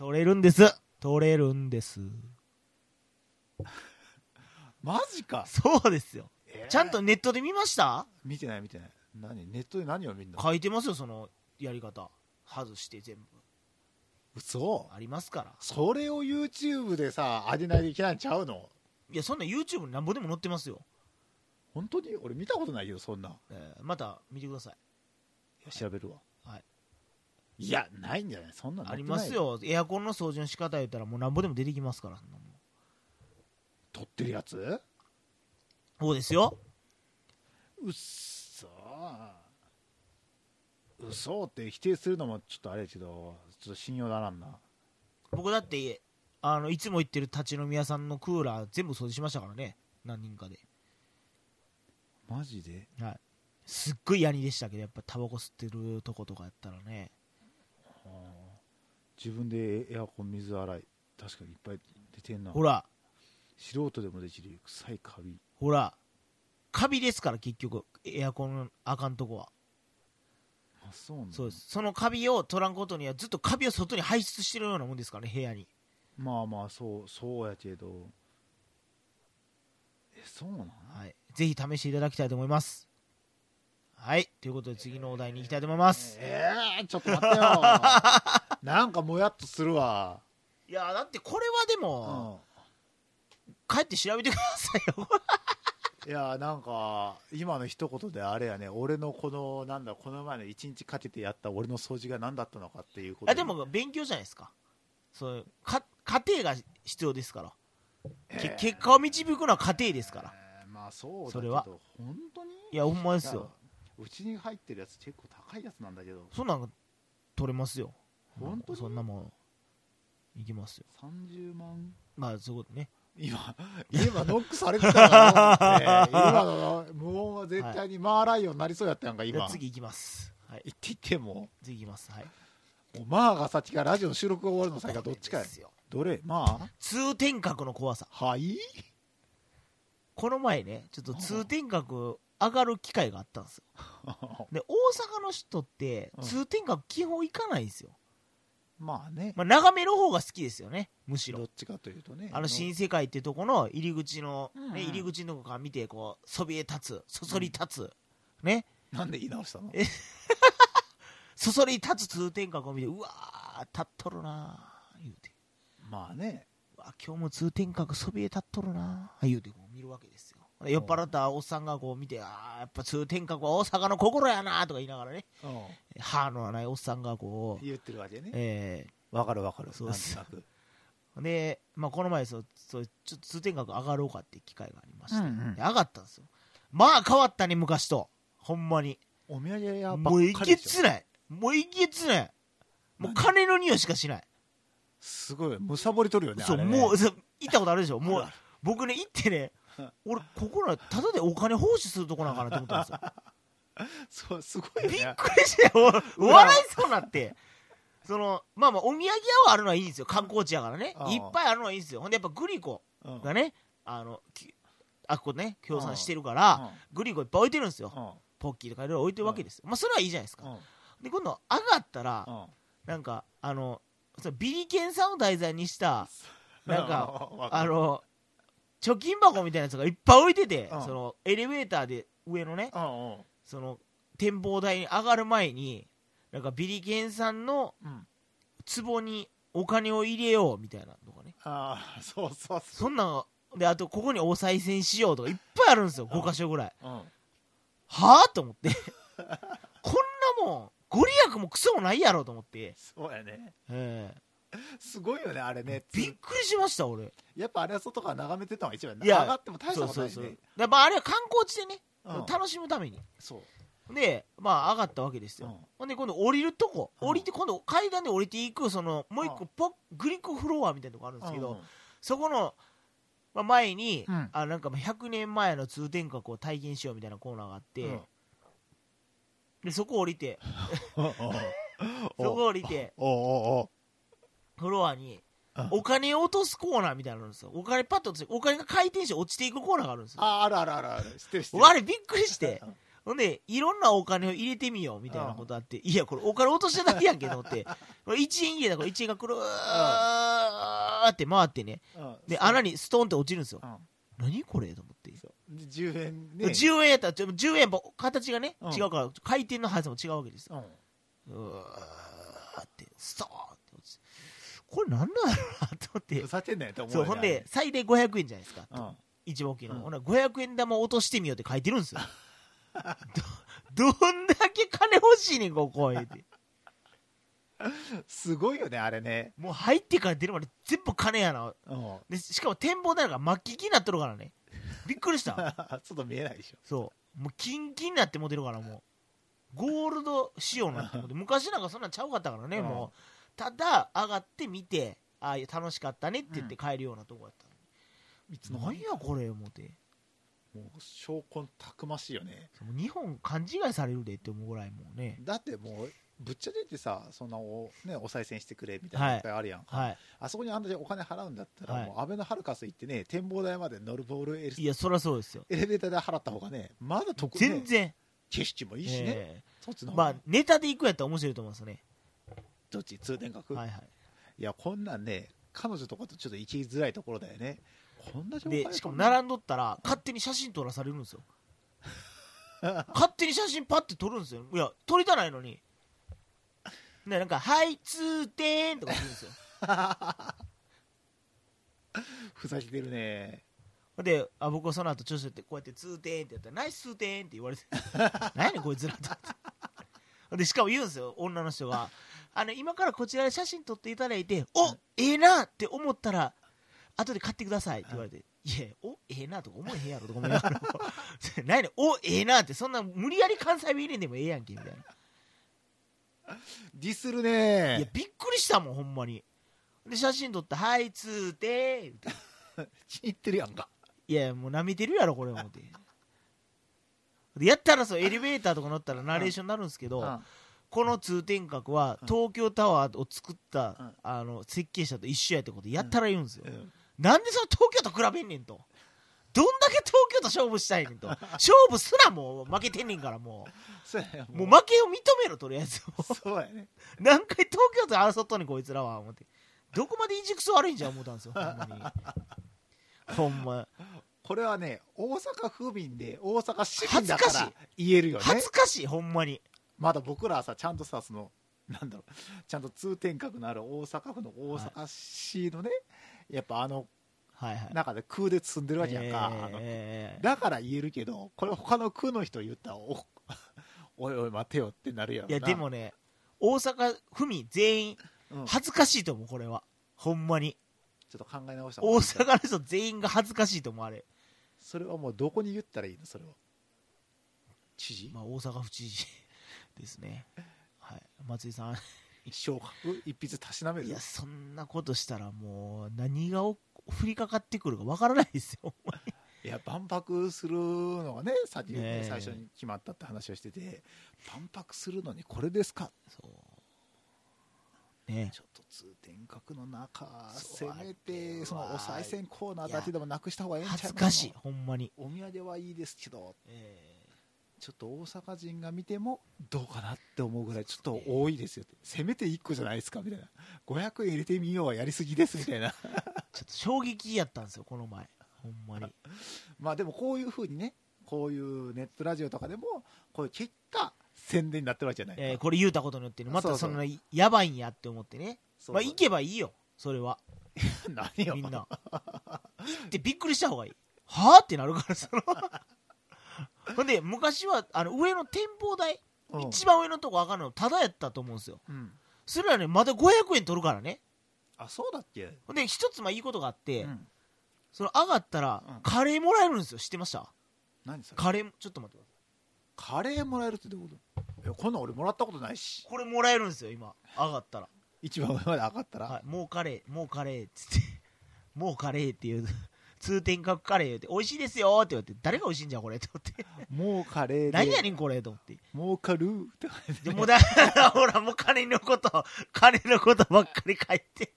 取れるんです。取れるんです。 マジか。 そうですよ、えー、ちゃんとネットで見ました？ 見てない見てない。何ネットで何を見るの？ 書いてますよ、そのやり方。外して全部。 嘘？ ありますから。 それを YouTube でさ上げないといけないんちゃうの？ いや、そんな YouTube になんぼでも載ってますよ。 本当に？俺見たことないよそんな、 えー、また見てください。 いや調べるわ。 はい。 いやないんじゃない？そんなのありますよ。エアコンの掃除の仕方言ったらもうなんぼでも出てきますから。そんなもん撮ってるやつ？ そうですよ。 うっそー。嘘って否定するのもちょっとあれですけど、ちょっと信用ならんな。 僕だってあのいつも行ってる立ち飲み屋さんのクーラー全部掃除しましたからね、何人かで。 マジで？ はい。すっごい嫌にでしたけど、やっぱタバコ吸ってるとことかやったらね。 はあ、自分でエアコン水洗い確かにいっぱい出てんな。 ほら素人でもできる臭いカビ。 ほらカビですから結局エアコンあかんとこは。 あ、そうなんだ。 そうです。そのカビを取らんことにはずっとカビを外に排出してるようなもんですからね、部屋に。 まあまあそうそうやけど、えそうなの？ はい、ぜひ試していただきたいと思います。はい、ということで次のお題に行きたいと思います。 えー、ちょっと待ってよなんかもやっとするわ。 いやだってこれはでも、うん、帰って調べてくださいよいやなんか今の一言であれやね、俺のこのなんだこの前の一日かけてやった俺の掃除が何だったのかっていうこと。 あでも勉強じゃないですか。そういうか過程が必要ですから、えー、結果を導くのは過程ですから、 えー、まあそうだけど、 それは本当にいやほんまですよ。 うちに入ってるやつ結構高いやつなんだけど。 そんなん取れますよ。 本当に？ そんなもんいきますよ。 さんじゅうまん。 まあそういうことね。 今今ノックされてたから今の無音は絶対にマーライオンになりそうやったやんか今。 次行きます。はい。 行っていっても次行きます。はい。 もうマーが先かラジオの収録が終わるの先かどっちかや。どれ？マー？ 通天閣の怖さ。 はい。 この前ねちょっと通天閣上がる機会があったんですよで大阪の人って通天閣基本行かないんですよ。 まあね、 まあ、眺める方が好きですよね、むしろ。 どっちかというとね、 あの新世界ってとこの入り口の、ね、うんうん、入り口のとこから見てこうそびえ立つそそり立つ、うん、ね。 なんで言い直したの？ そそり立つ通天閣を見てうわー立っとるなー言うて、 まあね、 うわ今日も通天閣そびえ立っとるなー言うてこう見るわけですよ。酔っ払ったおっさんがこう見て、ああやっぱ通天閣は大阪の心やなとか言いながらね、歯のないおっさんがこう言ってるわけね。 えー、分かる分かる。 そうですで、まあ、この前そうそうちょっと通天閣上がろうかっていう機会がありまして、うんうん、上がったんですよ。まあ変わったね昔と、ほんまにお土産屋ばっかりでしょ。 もういけつないもういけつないもう金の匂いしかしない。 すごいむさぼり取るよね。 そう、 あれね、 もう行ったことあるでしょ。もう僕ね行ってね俺ここらただでお金奉仕するとこなんかなと思ったんですよそうすごいよね。 びっくりして笑いそうになってそのまあまあお土産屋はあるのはいいんですよ、観光地やからね、いっぱいあるのはいいんですよ。ほんでやっぱグリコがね、あのあここね協賛してるからグリコいっぱい置いてるんですよ、ポッキーとかいろいろ置いてるわけですよ。まあそれはいいじゃないですか。で今度上がったらなんかあのそのビリケンさんを題材にしたなんかあの貯金箱みたいなやつがいっぱい置いてて、うん、そのエレベーターで上のね、うんうん、その展望台に上がる前になんかビリケンさんの壺にお金を入れようみたいなのがね、 ああそうそうそう、 そんなであとここにお賽銭しようとかいっぱいあるんですよ、ごかしょぐらい、うん、はぁと思ってこんなもんご利益もクソもないやろと思って。 そうやね、 えーすごいよねあれね。 びっくりしました俺。 やっぱあれは外から眺めてたのが一番。いや上がっても大したことないね。そうそうそう、 やっぱあれは観光地でね、うん、楽しむために。 そうでまあ上がったわけですよ、うん、ほんで今度降りるとこ、降りて今度階段で降りていくそのもう一個ポッグリコフロアみたいなとこあるんですけど、うん、そこの、まあ、前に、うん、あなんかひゃくねんまえの通天閣を体験しようみたいなコーナーがあって、うん、でそこ降りてそこ降りておおおフロアにお金を落とすコーナーみたいなのあるんですよ。お金パッと落としてお金が回転して落ちていくコーナーがあるんですよ。 ああるあるあるある。知ってる知ってる。あれびっくりしてほんでいろんなお金を入れてみようみたいなことあって、いやこれお金落としてだけやんけと思ってこれいちえん入れたからいちえんがくるーって回ってね、で穴にストンって落ちるんですよ。何これと思って、 じゅうえんね、 じゅうえんやったらじゅうえん形がね、うん、違うから回転の速さも違うわけですよ、うん、うわーってストーンって落ちて、これなんなんやろなと思って、 ふざけんなよと思う。 そうほんで最大ごひゃくえんじゃないですか、うん、一番大きいの、うん、ほんならごひゃくえん玉落としてみようって書いてるんですよど, どんだけ金欲しいねんここってすごいよねあれね。 もう入ってから出るまで全部金やな、うん、でしかも展望台が末期になってるからね、びっくりした外見えないでしょ。 そうもうキンキンになってモテるから、もうゴールド仕様になってモテ昔なんかそんなんちゃうかったからね、うん、もうただ上がって見てああ楽しかったねって言って帰るようなとこやったのに、うん、何やこれ思ってもう証拠たくましいよね。 日本勘違いされるでって思うぐらいもうね。 だってもうぶっちゃけてさ、そんなお、ね、お賽銭してくれみたいなのいっぱいあるやんか、はいはい、あそこにあんだけお金払うんだったら、はい、もうアベノハルカス行ってね、展望台まで乗るボールエレいやそりゃそうですよ、 エレベーターで払った方がねまだ得、ね、 全然景色もいいしね、えー、そっちの方まあネタで行くやったら面白いと思いますね。 どっち通天閣、 はいはい、 いやこんなんね彼女とかとちょっと行きづらいところだよね。こんなでしかも並んどったら勝手に写真撮らされるんですよ勝手に写真パッて撮るんですよ。いや撮りたないのにね、なんかはい通天とか言うんですよふざけてるね。 であ僕はその後調子乗ってこうやって通天ってやったらナイス通天って言われて何やねんこいつらとでしかも言うんですよ女の人があの今からこちらで写真撮っていただいてお、うん、ええなって思ったら後で買ってくださいって言われて、うん、いやおええなとか思えへんやろとか思いながら何やねんおええなってそんな無理やり関西弁入れんでもええやんけみたいなディスるね。 いやびっくりしたもんほんまに。で写真撮ってはい通天って気に入ってるやんか。 いやもう舐めてるやろこれ思ってでやったらそうエレベーターとか乗ったらナレーションになるんですけど、うん、この通天閣は東京タワーを作った、うん、あの設計者と一緒やってことやったら言うんですよ、うんうん、なんでその東京と比べんねんと、どんだけ東京と勝負したいねんと勝負すらもう負けてんねんからもうそうやもう負けを認めろとりあえずそうやね何回東京と争っとんねんこいつらは思ってどこまでイジクソ悪いんじゃ思ったんですよほんまにほんまこれはね大阪府民で大阪市民だから言えるよね。 恥ずかしいほんまに。 まだ僕らはさちゃんとさそのなんだろうちゃんと通天閣のある大阪府の大阪市のね、はい、やっぱあのはいはい、中で空で積んでるわけやんか、えー、だから言えるけどこれ他の空の人言ったら お, おいおい待てよってなるやろな。 いやでもね大阪府民全員恥ずかしいと思うこれはほんまにちょっと考え直した大阪の人全員が恥ずかしいと思うあれ。 それはもうどこに言ったらいいのそれは知事、 まあ、大阪府知事ですね、はい、松井さん昇格一筆たしなめる。 いやそんなことしたらもう何が降りかかってくるかわからないですよいや万博するのがねさっき、ね、最初に決まったって話をしてて万博するのにこれですかそうね。ちょっと通天閣の中せめてそのお賽銭コーナーだけでもなくした方がいいんちゃいますか。 恥ずかしいほんまに。 お土産はいいですけど、えー、ちょっと大阪人が見てもどうかなって思うぐらいちょっと多いですよって、せめていっこじゃないですかみたいな、ごひゃくえん入れてみようはやりすぎですみたいなちょっと衝撃やったんですよこの前ほんまにまあでもこういう風にねこういうネットラジオとかでもこういう結果宣伝になってるわけじゃないか、 えー、これ言うたことによって、ね、またそのやばいんやって思ってね、そうそうまあ行けばいいよそれは何よみんな行ってびっくりした方がいいはぁってなるからそのほんで昔はあの上の展望台、うん、一番上のとこ上がるのタダやったと思うんですよ、うん、それはねまだごひゃくえん取るからね。 あそうだっけ。 ほんで一つまあいいことがあって、うん、その上がったら、うん、カレーもらえるんですよ。知ってました？ 何それ。 カレーちょっと待ってください。カレーもらえるってどういうこと？いやこんなん俺もらったことないし。 これもらえるんですよ今上がったら。 一番上まで上がったら、 はい、もうカレーもうカレーっつってもうカレーっていう通天閣カレーって美味しいですよって言われて誰が美味しいんじゃんこれって思ってもうカレーで何やねんこれと思ってもうカルーって書いて、 ね、もうだからほらもう金のこと金のことばっかり書いて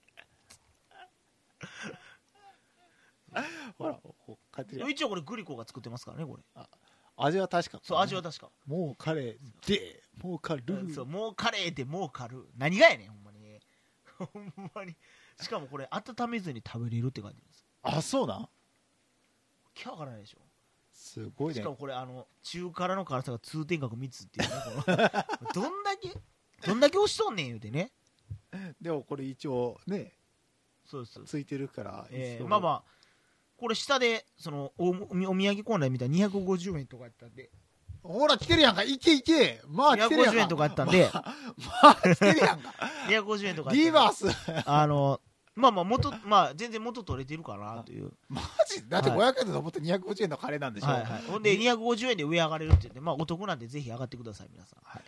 ほら書いてる。 一応これグリコが作ってますからねこれ。 あ, 味は確か、ね、 そう味は確かもうカレーでもうカルー、 そうもうカレーでもうカルー何がやねんほんまにほんまにしかもこれ温めずに食べれるって感じです。 あそうなんキャーからないでしょ。 すごいね。 しかもこれあの中辛の辛さが通天閣みっつっていうねこのどんだけどんだけ押しとんねん言うてね。 でもこれ一応ねそうそうついてるから、 えー、まあまあこれ下でその お, お土産コーナーみたいににひゃくごじゅうえんとかやったんで、 ほら来てるやんか、いけいけ、まあ来てるやんか、にひゃくごじゅうえんとかやったんで、まあ、まあ、来てるやんかにひゃくごじゅうえんとかリバースあのまあまあ元まあ全然元取れてるかなという。 マジだってごひゃくえんで登ってにひゃくごじゅうえんのカレーなんでしょ。 はいはい、ほんでにひゃくごじゅうえんで上上がれるって言って、まあお得なんでぜひ上がってください皆さん、はい、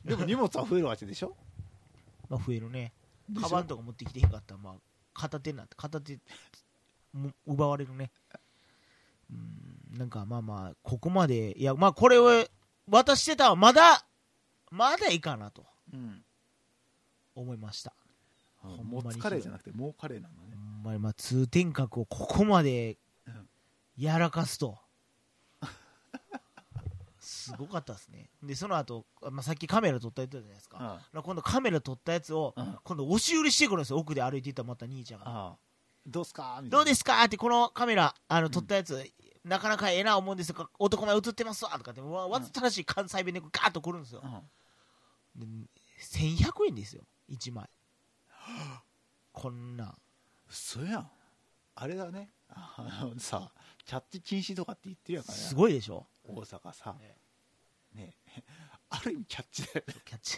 でも荷物は増えるわけでしょ。 まあ増えるね。カバンとか持ってきてへんかったらまあ片手になって片手も奪われるね。うんなんかまあまあここまでいやまあこれを渡してたらまだまだいいかなと思いました。 うん、もつカレーじゃなくてもうカレーなのね。 ほんまにまあ通天閣をここまでやらかすと、うん、すごかったですね。でその後、まあさっきカメラ撮ったやつじゃないですか、うん、今度カメラ撮ったやつを、うん、今度押し売りしてくるんですよ。奥で歩いていったまた兄ちゃんが、ああどうすかみたいな、 どうですかってこのカメラあの撮ったやつ、うん、なかなかええな思うんですが男前映ってますわとかってわわずたらしい関西弁でガーッと来るんですよ、うん、でせんひゃくえんですよいちまいこんな嘘やん。あれだね、あのさキャッチ禁止とかって言ってるやんかね。 すごいでしょ大阪さ、ねねある意味キャッチだよね。 キャッチ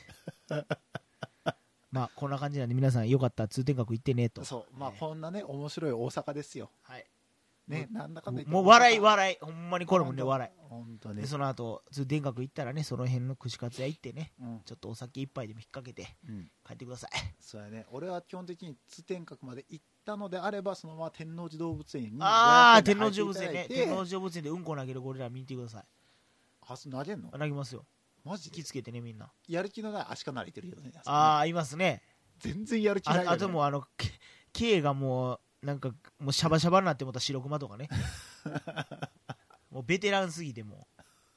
まあこんな感じなんで皆さんよかったら通天閣行ってねと。 そうまあ、えー、こんなね面白い大阪ですよ。 はいね、なんだかんだ言ってもう笑い笑いほんまにこれもね笑い本当に。 でその後通天閣行ったらねその辺の串カツ屋行ってね、うん、ちょっとお酒一杯でも引っ掛けて帰ってください、うん、 そうやね。俺は基本的に通天閣まで行ったのであればそのまま天王寺動物園にああ天王寺動物園ね天王寺動物園でうんこ投げるゴリラ見てください。 あ投げんの。 投げますよマジで。 気つけてねみんな。 やる気のない足かなりてるよね。 ああいますね。 全然やる気ないよね。 あ, あともうあの K がもうなんかもうシャバシャバになってもた白熊とかねもうベテランすぎても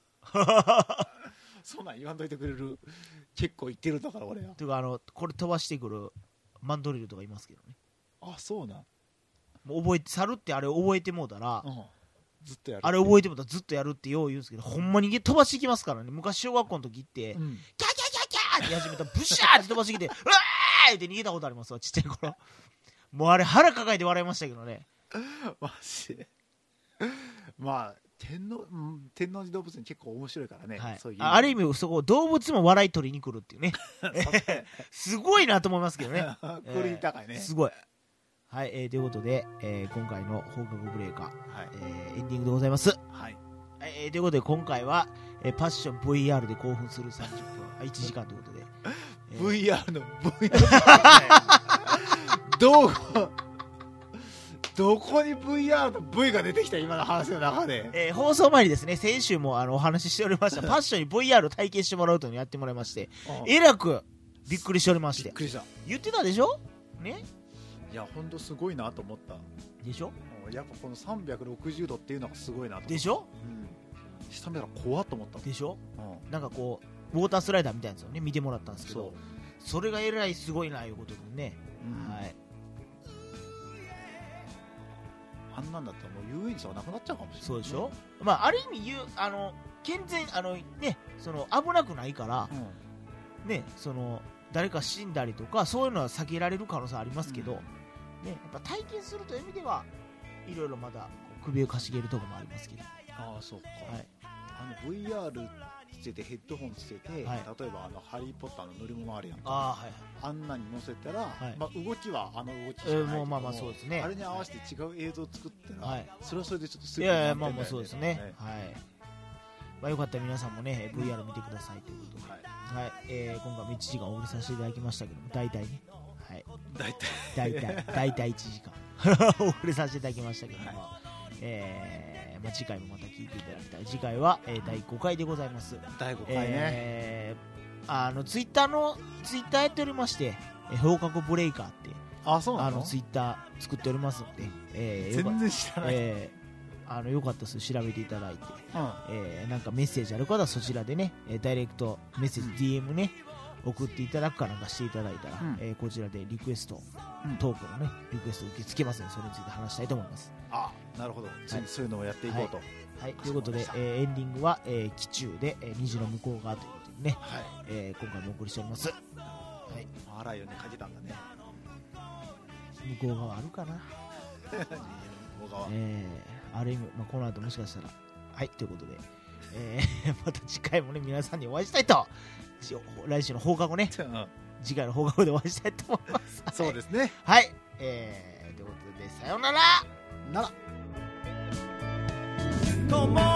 そんなん言わんといてくれる。結構言ってるんだから俺は。 というかあのこれ飛ばしてくるマンドリルとかいますけどね。 あそうなん。 もう覚えて猿ってあれ覚えてもうたら、うん、 ずっとやる。 あれ覚えてもうたらずっとやるってよう言うんですけど、ほんまに飛ばしてきますからね。昔小学校の時行って、うん、キャキャキャキャーって始めたらブシャーって飛ばしてきてうわーって逃げたことありますわちっちゃい頃もうあれ腹抱えて笑いましたけどねマジでまあ天王、うん、天王寺動物園結構面白いからね、はい、そういうあ, ある意味そこ動物も笑い取りに来るっていうねすごいなと思いますけどねクオリティ高いね、 えー、すごい。はい、えー、ということで、えー、今回の放課後ブレーカー、はいえー、エンディングでございます。はい、えー、ということで今回は、えー、パッション ブイアール で興奮するさんじゅっぷんいちじかんということで、 えー、ブイアール の ブイアール どうどこに ブイアール と V が出てきた今の話の中で、 えー、放送前にですね先週もあのお話ししておりましたパッションに ブイアール を体験してもらうというのをやってもらいましてえらくびっくりしておりまして。 びっくりした。 言ってたでしょね。 いやほんとすごいなと思ったでしょ。 やっぱこのさんびゃくろくじゅうどっていうのがすごいなと思ったでしょ、 うん、下見たら怖っと思ったでしょ、うん、なんかこうウォータースライダーみたいなやつをね見てもらったんですけど そ, それがえらいすごいないうことでね、うん、はいあんなんだったらもう遊園地はなくなっちゃうかもしれない、ね、 そうでしょ。まあある意味言うあの健全あのねその危なくないから、うん、ねその誰か死んだりとかそういうのは避けられる可能性ありますけど、うんね、やっぱ体験するという意味ではいろいろまだ首をかしげるところもありますけど。 ああそうか、はい、あの ブイアールつけてヘッドホンつけて、はい、例えばあのハリーポッターの乗り物あるやんか あ,、はいはい、あんなに乗せたら、はいまあ、動きはあの動きしかないけども、えー、もうまあまあそうですね、あれに合わせて違う映像を作ったら、はい、それはそれでちょっとすごいなって、ね、いやいやまあまあそうですね、はいまあ、よかったら皆さんもね ブイアール 見てくださいということで、はいはいえー、今回もいちじかんお送りさせていただきましたけども大体ねはい、大体大体大体いちじかんお送りさせていただきましたけども、はいえーまあ、次回もまた聞いていただきたい。次回は、えー、だいごかいでございます。だいごかいね、えー、あのツイッターのツイッターやっておりまして、えー、放課後ブレイカーってあそうなのあのツイッター作っておりますので、 えー、全然知らない、 えーあのよかったです調べていただいて、 うんえー、なんかメッセージある方はそちらでねダイレクトメッセージ、うん、ディーエム ね送っていただくかなんかしていただいたら、うんえー、こちらでリクエスト、うん、トークのねリクエスト受け付けますのでそれについて話したいと思います。 あ、なるほど、次そういうのをやっていこうと、 はいはい、ということで、えー、エンディングは、えー、期中で、えー、虹の向こう側ということでね、はいえー、今回もお送りしております。はい、 あらよね書いてたんだね。 向こう側あるかな虹の向こう側、 えー、ある意味、まあ、この後もしかしたらはいということで、えー、また次回もね皆さんにお会いしたいと来週の放課後ね、うん、次回の放課後でお会いしたいと思います。 そうですね。 はい、えー、ということでさようなら。 なら。